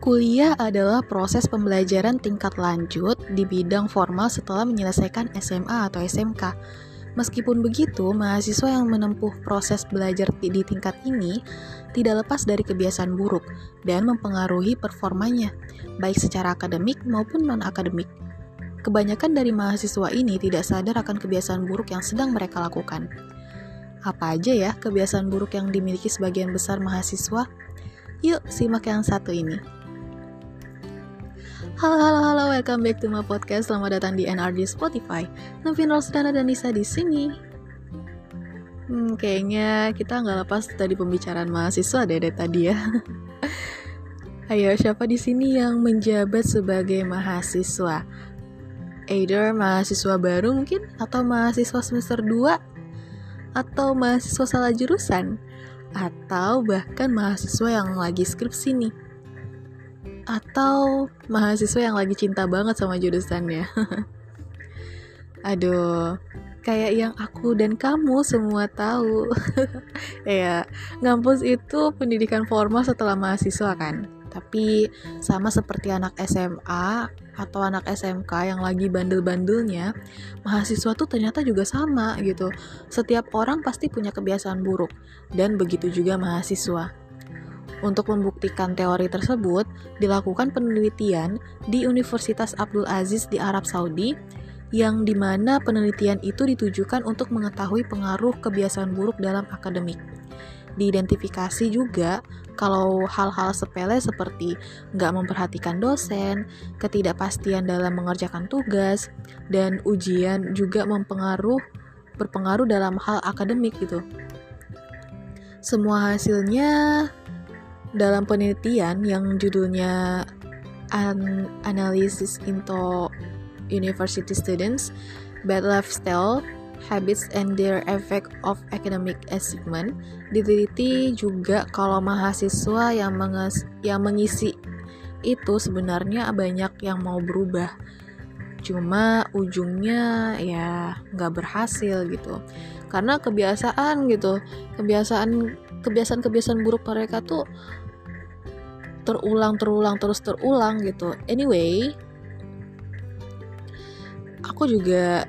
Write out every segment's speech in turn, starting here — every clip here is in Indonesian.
Kuliah adalah proses pembelajaran tingkat lanjut di bidang formal setelah menyelesaikan SMA atau SMK. Meskipun begitu, mahasiswa yang menempuh proses belajar di tingkat ini tidak lepas dari kebiasaan buruk dan mempengaruhi performanya, baik secara akademik maupun non-akademik. Kebanyakan dari mahasiswa ini tidak sadar akan kebiasaan buruk yang sedang mereka lakukan. Apa aja ya kebiasaan buruk yang dimiliki sebagian besar mahasiswa? Yuk, simak yang satu ini. Halo, welcome back to my podcast. Selamat datang di NRD Spotify. Novin Rosdana dan Nisa di sini. Kayaknya kita nggak lepas dari pembicaraan mahasiswa dari tadi ya. Ayo, siapa di sini yang menjabat sebagai mahasiswa? Either mahasiswa baru mungkin, atau mahasiswa semester 2, atau mahasiswa salah jurusan, atau bahkan mahasiswa yang lagi skripsi nih, atau mahasiswa yang lagi cinta banget sama jurusannya. Aduh, kayak yang aku dan kamu semua tahu. Ya, ngampus itu pendidikan formal setelah mahasiswa kan. Tapi sama seperti anak SMA atau anak SMK yang lagi bandel-bandelnya, mahasiswa tuh ternyata juga sama gitu. Setiap orang pasti punya kebiasaan buruk, dan begitu juga mahasiswa. Untuk membuktikan teori tersebut, dilakukan penelitian di Universitas Abdul Aziz di Arab Saudi, yang dimana penelitian itu ditujukan untuk mengetahui pengaruh kebiasaan buruk dalam akademik. Diidentifikasi juga kalau hal-hal sepele seperti nggak memperhatikan dosen, ketidakpastian dalam mengerjakan tugas, dan ujian juga berpengaruh dalam hal akademik gitu. Semua hasilnya dalam penelitian yang judulnya Analysis into University Students, Bad Lifestyle, Habits and Their Effect of Academic Achievement, diteliti juga kalau mahasiswa yang mengisi itu sebenarnya banyak yang mau berubah. Cuma ujungnya ya nggak berhasil gitu. Karena kebiasaan buruk mereka tuh terulang gitu. Anyway, aku juga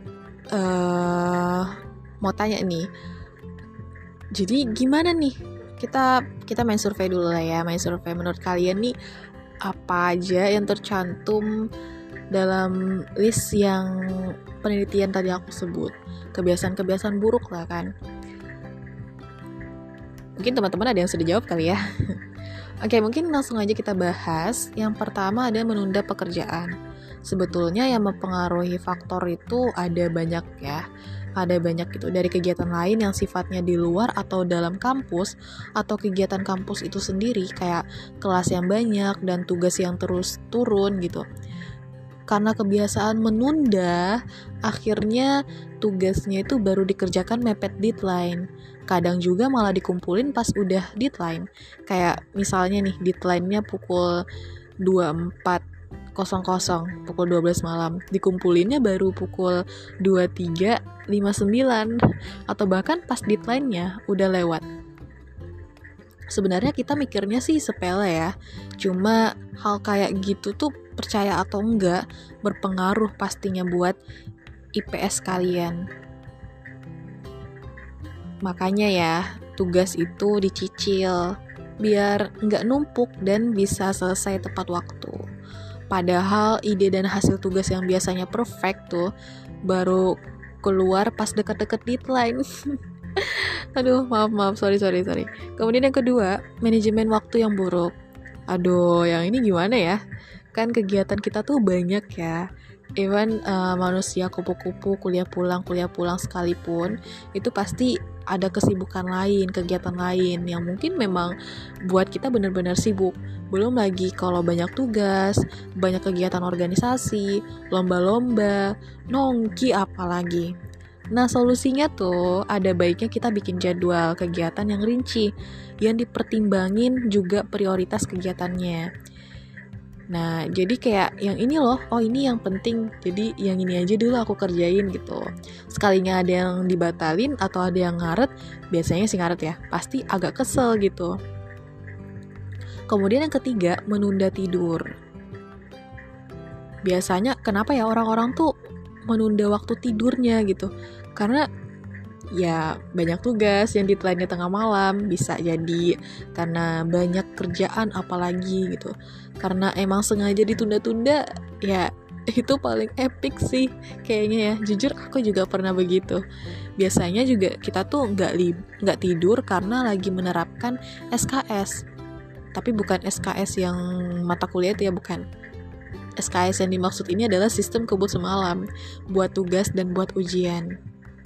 mau tanya nih. Jadi gimana nih? Kita main survei dulu lah ya. Main survei, menurut kalian nih apa aja yang tercantum dalam list yang penelitian tadi aku sebut? Kebiasaan buruk lah kan. Mungkin teman-teman ada yang sudah jawab kali ya. Oke, mungkin langsung aja kita bahas. Yang pertama ada menunda pekerjaan. Sebetulnya yang mempengaruhi faktor itu ada banyak ya. Ada banyak gitu, dari kegiatan lain yang sifatnya di luar atau dalam kampus, atau kegiatan kampus itu sendiri kayak kelas yang banyak dan tugas yang terus turun gitu. Karena kebiasaan menunda, akhirnya tugasnya itu baru dikerjakan mepet deadline. Kadang juga malah dikumpulin pas udah deadline. Kayak misalnya nih, deadline-nya pukul 24.00, pukul 12 malam. Dikumpulinnya baru pukul 23.59, atau bahkan pas deadline-nya udah lewat. Sebenarnya kita mikirnya sih sepele ya. Cuma hal kayak gitu tuh, percaya atau enggak, berpengaruh pastinya buat IPS kalian. Makanya ya, tugas itu dicicil biar nggak numpuk dan bisa selesai tepat waktu. Padahal ide dan hasil tugas yang biasanya perfect tuh baru keluar pas deket-deket deadline. Aduh, maaf, sorry. Kemudian yang kedua, manajemen waktu yang buruk. Aduh, yang ini gimana ya? Kan kegiatan kita tuh banyak ya. Even manusia kupu-kupu kuliah pulang sekalipun, itu pasti ada kesibukan lain, kegiatan lain yang mungkin memang buat kita benar-benar sibuk. Belum lagi kalau banyak tugas, banyak kegiatan organisasi, lomba-lomba, nongki apalagi. Nah, solusinya tuh ada baiknya kita bikin jadwal kegiatan yang rinci, yang dipertimbangin juga prioritas kegiatannya. Nah, jadi kayak yang ini loh, oh ini yang penting, jadi yang ini aja dulu aku kerjain gitu. Sekalinya ada yang dibatalin atau ada yang ngaret, biasanya sih ngaret ya, pasti agak kesel gitu. Kemudian yang ketiga, menunda tidur. Biasanya kenapa ya orang-orang tuh menunda waktu tidurnya gitu? Karena ya banyak tugas yang deadline-nya tengah malam, bisa jadi karena banyak kerjaan apalagi gitu. Karena emang sengaja ditunda-tunda, ya itu paling epic sih kayaknya ya. Jujur aku juga pernah begitu. Biasanya juga kita tuh nggak tidur karena lagi menerapkan SKS. Tapi bukan SKS yang mata kuliah itu ya, bukan. SKS yang dimaksud ini adalah sistem kebut semalam buat tugas dan buat ujian.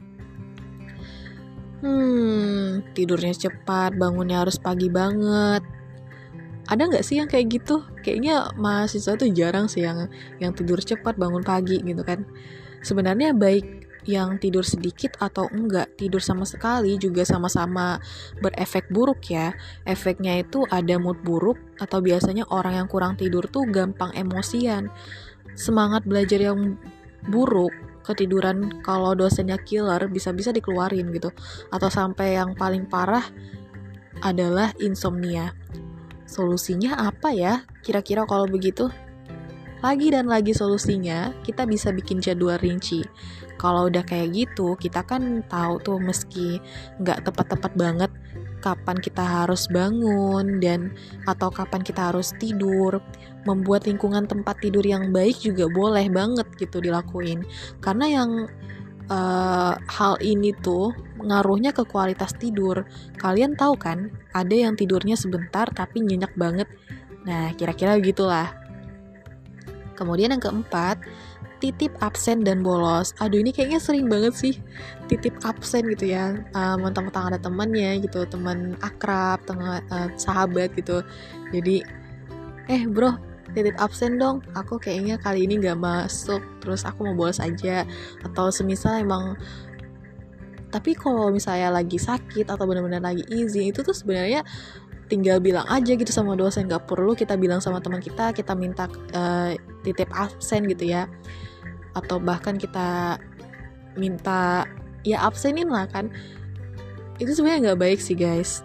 Tidurnya cepat, bangunnya harus pagi banget. Ada nggak sih yang kayak gitu? Kayaknya mahasiswa tuh jarang sih yang tidur cepat, bangun pagi gitu kan. Sebenarnya baik yang tidur sedikit atau enggak, tidur sama sekali juga sama-sama berefek buruk ya. Efeknya itu ada mood buruk, atau biasanya orang yang kurang tidur tuh gampang emosian. Semangat belajar yang buruk, ketiduran kalau dosennya killer bisa-bisa dikeluarin gitu. Atau sampai yang paling parah adalah insomnia. Solusinya apa ya kira-kira kalau begitu? Lagi dan lagi solusinya, kita bisa bikin jadwal rinci. Kalau udah kayak gitu, kita kan tahu tuh meski nggak tepat-tepat banget kapan kita harus bangun dan atau kapan kita harus tidur. Membuat lingkungan tempat tidur yang baik juga boleh banget gitu dilakuin. Karena yang hal ini tuh ngaruhnya ke kualitas tidur. Kalian tahu kan, ada yang tidurnya sebentar tapi nyenyak banget. Nah, kira-kira gitulah. Kemudian yang keempat, titip absen dan bolos. Aduh, ini kayaknya sering banget sih titip absen gitu ya. Mentang-mentang ada temannya gitu, teman akrab, sahabat gitu. Jadi, bro, titip absen dong, aku kayaknya kali ini gak masuk, terus aku mau bolos aja. Atau semisal emang, tapi kalau misalnya lagi sakit atau benar-benar lagi izin, itu tuh sebenarnya tinggal bilang aja gitu sama dosen, gak perlu kita bilang sama teman kita minta titip absen gitu ya. Atau bahkan kita minta ya absenin lah kan. Itu sebenarnya gak baik sih guys.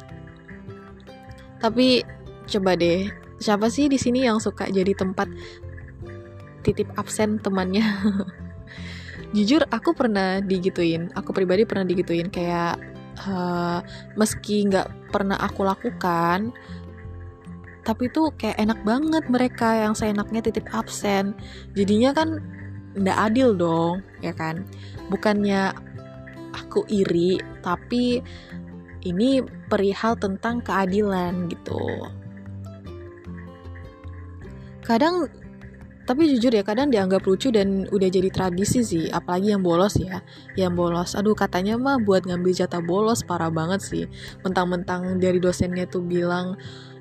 Tapi coba deh, siapa sih di sini yang suka jadi tempat titip absen temannya? Jujur aku pernah digituin. Aku pribadi pernah digituin, kayak meski nggak pernah aku lakukan, tapi tuh kayak enak banget mereka yang seenaknya titip absen. Jadinya kan nggak adil dong, ya kan? Bukannya aku iri, tapi ini perihal tentang keadilan gitu. Kadang, tapi jujur ya, kadang dianggap lucu dan udah jadi tradisi sih, apalagi yang bolos ya. Yang bolos, aduh katanya mah buat ngambil jatah bolos, parah banget sih. Mentang-mentang dari dosennya tuh bilang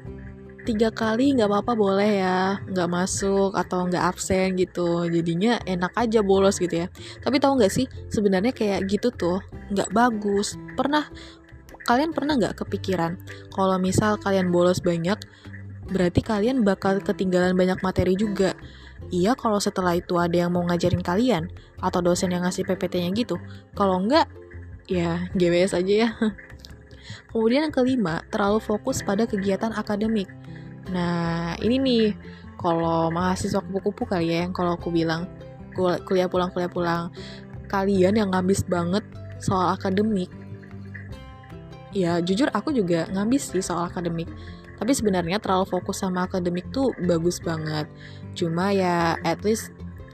3 kali gak apa-apa boleh ya, gak masuk atau gak absen gitu. Jadinya enak aja bolos gitu ya. Tapi tahu gak sih, sebenarnya kayak gitu tuh gak bagus. Kalian pernah gak kepikiran kalau misal kalian bolos banyak, berarti kalian bakal ketinggalan banyak materi juga. Iya, kalau setelah itu ada yang mau ngajarin kalian atau dosen yang ngasih PPT-nya gitu. Kalau enggak, ya GWS aja ya. Kemudian yang kelima, terlalu fokus pada kegiatan akademik. Nah, ini nih, kalau mahasiswa kupu-kupu kali ya, yang kalau aku bilang kuliah pulang, kalian yang ngabis banget soal akademik. Ya, jujur aku juga ngabis sih soal akademik. Tapi sebenarnya terlalu fokus sama akademik tuh bagus banget. Cuma ya at least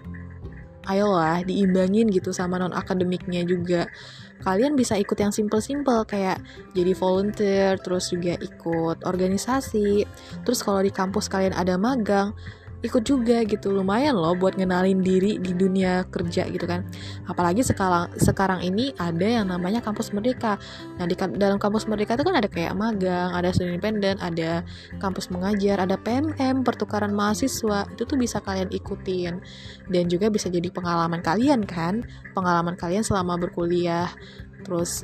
ayolah diimbangin gitu sama non-akademiknya juga. Kalian bisa ikut yang simple-simple kayak jadi volunteer, terus juga ikut organisasi. Terus kalau di kampus kalian ada magang, ikut juga gitu. Lumayan loh buat ngenalin diri di dunia kerja gitu kan. Apalagi sekarang ini ada yang namanya kampus merdeka. Nah, di dalam kampus merdeka itu kan ada kayak magang, ada studi independen, ada kampus mengajar, ada PMM, pertukaran mahasiswa. Itu tuh bisa kalian ikutin. Dan juga bisa jadi pengalaman kalian kan, pengalaman kalian selama berkuliah. Terus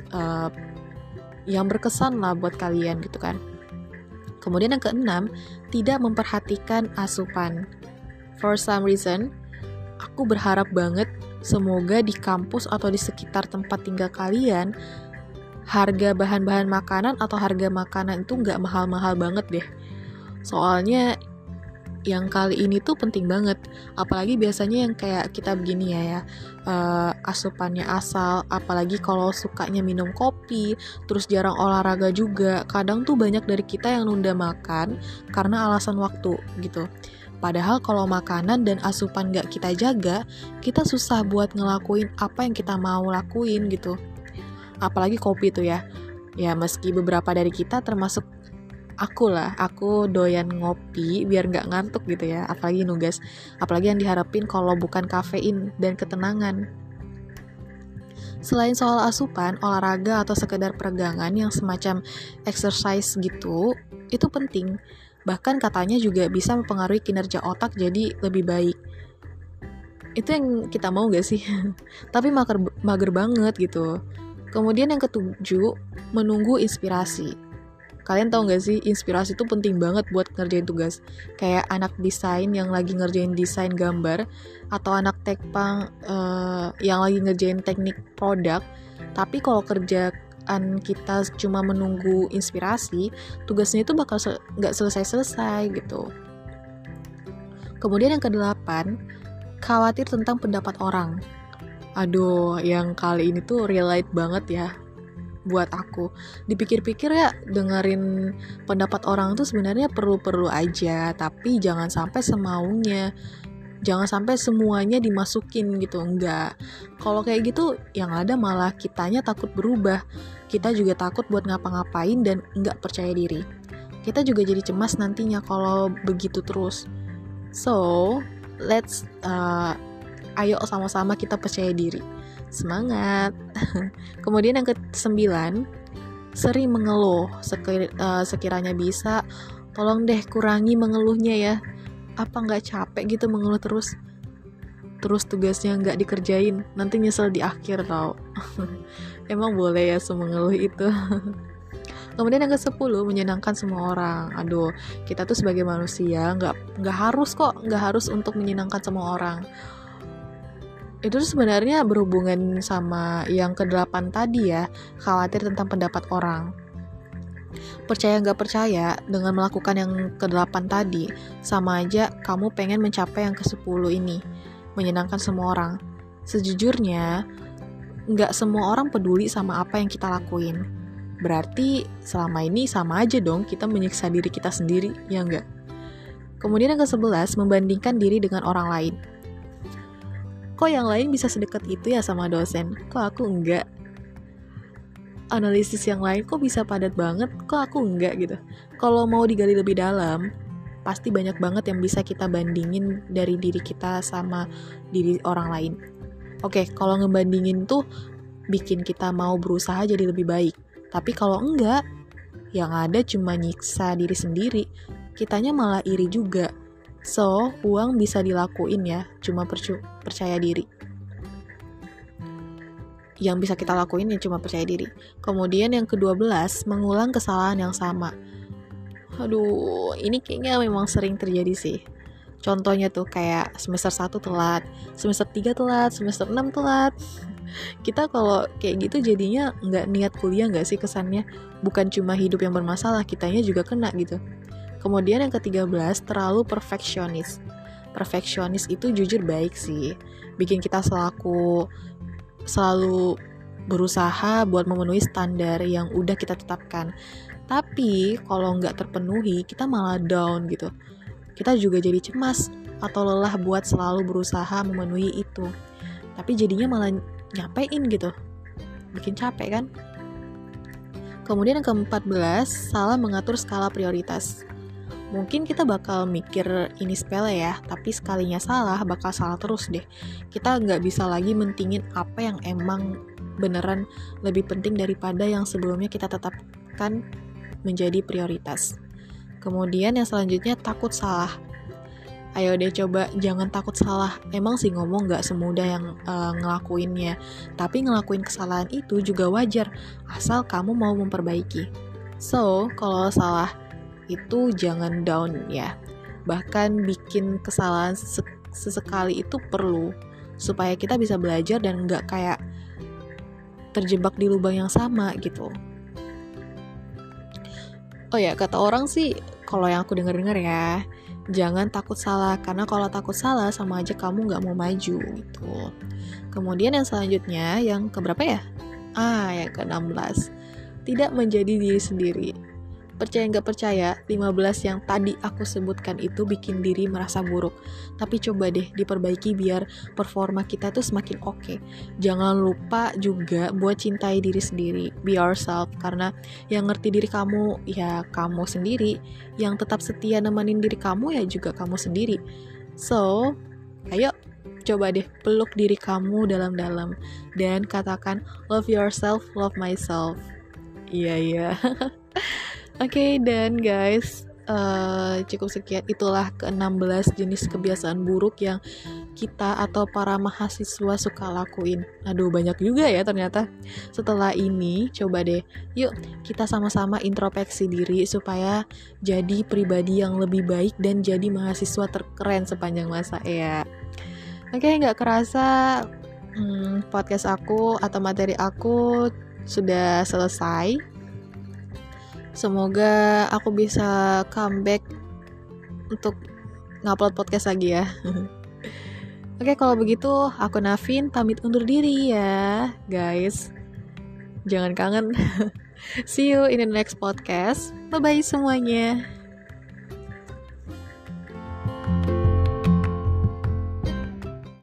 yang berkesan lah buat kalian gitu kan. Kemudian yang keenam, tidak memperhatikan asupan. For some reason, aku berharap banget semoga di kampus atau di sekitar tempat tinggal kalian, harga bahan-bahan makanan atau harga makanan itu nggak mahal-mahal banget deh. Soalnya yang kali ini tuh penting banget, apalagi biasanya yang kayak kita begini ya, asupannya asal, apalagi kalau sukanya minum kopi, terus jarang olahraga juga, kadang tuh banyak dari kita yang nunda makan karena alasan waktu gitu. Padahal kalau makanan dan asupan gak kita jaga, kita susah buat ngelakuin apa yang kita mau lakuin gitu. Apalagi kopi tuh ya, meski beberapa dari kita termasuk aku doyan ngopi biar nggak ngantuk gitu ya, apalagi nugas, apalagi yang diharapin kalau bukan kafein dan ketenangan. Selain soal asupan, olahraga atau sekedar peregangan yang semacam exercise gitu, itu penting. Bahkan katanya juga bisa mempengaruhi kinerja otak jadi lebih baik. Itu yang kita mau gak sih? Tapi mager banget gitu. Kemudian yang ketujuh, menunggu inspirasi. Kalian tahu gak sih, inspirasi itu penting banget buat ngerjain tugas. Kayak anak desain yang lagi ngerjain desain gambar, atau anak tekpang yang lagi ngerjain teknik produk. Tapi kalau kerjaan kita cuma menunggu inspirasi, tugasnya itu bakal gak selesai-selesai gitu. Kemudian yang kedelapan, khawatir tentang pendapat orang. Aduh, yang kali ini tuh relate banget ya buat aku. Dipikir-pikir ya, dengerin pendapat orang tuh sebenarnya perlu-perlu aja, tapi jangan sampai semaunya, jangan sampai semuanya dimasukin gitu, enggak. Kalau kayak gitu, yang ada malah kitanya takut berubah, kita juga takut buat ngapa-ngapain dan enggak percaya diri. Kita juga jadi cemas nantinya kalau begitu terus. So, let's ayo sama-sama kita percaya diri. Semangat. Kemudian yang ke-9, sering mengeluh. Sekiranya bisa, tolong deh kurangi mengeluhnya ya. Apa nggak capek gitu mengeluh terus tugasnya nggak dikerjain, nanti nyesel di akhir tau. Emang boleh ya semengeluh itu. Kemudian yang ke-10, menyenangkan semua orang. Aduh, kita tuh sebagai manusia nggak harus untuk menyenangkan semua orang. Itu sebenarnya berhubungan sama yang ke-8 tadi ya, khawatir tentang pendapat orang. Percaya nggak percaya, dengan melakukan yang ke-8 tadi, sama aja kamu pengen mencapai yang ke-10 ini, menyenangkan semua orang. Sejujurnya, nggak semua orang peduli sama apa yang kita lakuin. Berarti selama ini sama aja dong kita menyiksa diri kita sendiri, ya nggak? Kemudian yang ke-11, membandingkan diri dengan orang lain. Kok yang lain bisa sedekat itu ya sama dosen? Kok aku enggak? Analisis yang lain kok bisa padat banget? Kok aku enggak gitu? Kalau mau digali lebih dalam, pasti banyak banget yang bisa kita bandingin dari diri kita sama diri orang lain. Oke, kalau ngebandingin tuh bikin kita mau berusaha jadi lebih baik. Tapi kalau enggak, yang ada cuma nyiksa diri sendiri. Kitanya malah iri juga. So, uang bisa dilakuin ya, cuma percaya diri. Yang bisa kita lakuin ya cuma percaya diri. Kemudian yang ke-12, mengulang kesalahan yang sama. Aduh, ini kayaknya memang sering terjadi sih. Contohnya tuh kayak semester 1 telat, semester 3 telat, semester 6 telat. Kita kalau kayak gitu jadinya nggak niat kuliah nggak sih kesannya? Bukan cuma hidup yang bermasalah, kitanya juga kena gitu. Kemudian yang ke-13, terlalu perfeksionis. Perfeksionis itu jujur baik sih. Bikin kita selalu berusaha buat memenuhi standar yang udah kita tetapkan. Tapi kalau nggak terpenuhi, kita malah down gitu. Kita juga jadi cemas atau lelah buat selalu berusaha memenuhi itu. Tapi jadinya malah nyapein gitu. Bikin capek kan? Kemudian yang ke-14, salah mengatur skala prioritas. Mungkin kita bakal mikir ini sepele ya, tapi sekalinya salah, bakal salah terus deh. Kita nggak bisa lagi mentingin apa yang emang beneran lebih penting daripada yang sebelumnya kita tetapkan menjadi prioritas. Kemudian yang selanjutnya, takut salah. Ayo deh coba jangan takut salah. Emang sih ngomong nggak semudah yang ngelakuinnya, tapi ngelakuin kesalahan itu juga wajar, asal kamu mau memperbaiki. So, kalau salah itu jangan down ya. Bahkan bikin kesalahan sesekali itu perlu, supaya kita bisa belajar dan nggak kayak terjebak di lubang yang sama gitu. Oh ya, kata orang sih kalau yang aku denger-denger ya, jangan takut salah, karena kalau takut salah sama aja kamu gak mau maju gitu. Kemudian yang selanjutnya, yang keberapa ya? Yang ke-16. Tidak menjadi diri sendiri. Percaya nggak percaya, 15 yang tadi aku sebutkan itu bikin diri merasa buruk. Tapi coba deh diperbaiki biar performa kita tuh semakin oke. Jangan lupa juga buat cintai diri sendiri. Be yourself, karena yang ngerti diri kamu ya kamu sendiri. Yang tetap setia nemenin diri kamu ya juga kamu sendiri. So, ayo coba deh peluk diri kamu dalam-dalam dan katakan love yourself, love myself. Iya. Oke, dan guys, cukup sekian. Itulah ke-16 jenis kebiasaan buruk yang kita atau para mahasiswa suka lakuin. Aduh, banyak juga ya ternyata. Setelah ini, coba deh, yuk kita sama-sama introspeksi diri supaya jadi pribadi yang lebih baik dan jadi mahasiswa terkeren sepanjang masa ya. Oke, gak kerasa podcast aku atau materi aku sudah selesai. Semoga aku bisa comeback untuk ngupload podcast lagi ya. Oke, kalau begitu aku Navin pamit undur diri ya, guys. Jangan kangen. See you in the next podcast. Bye-bye semuanya.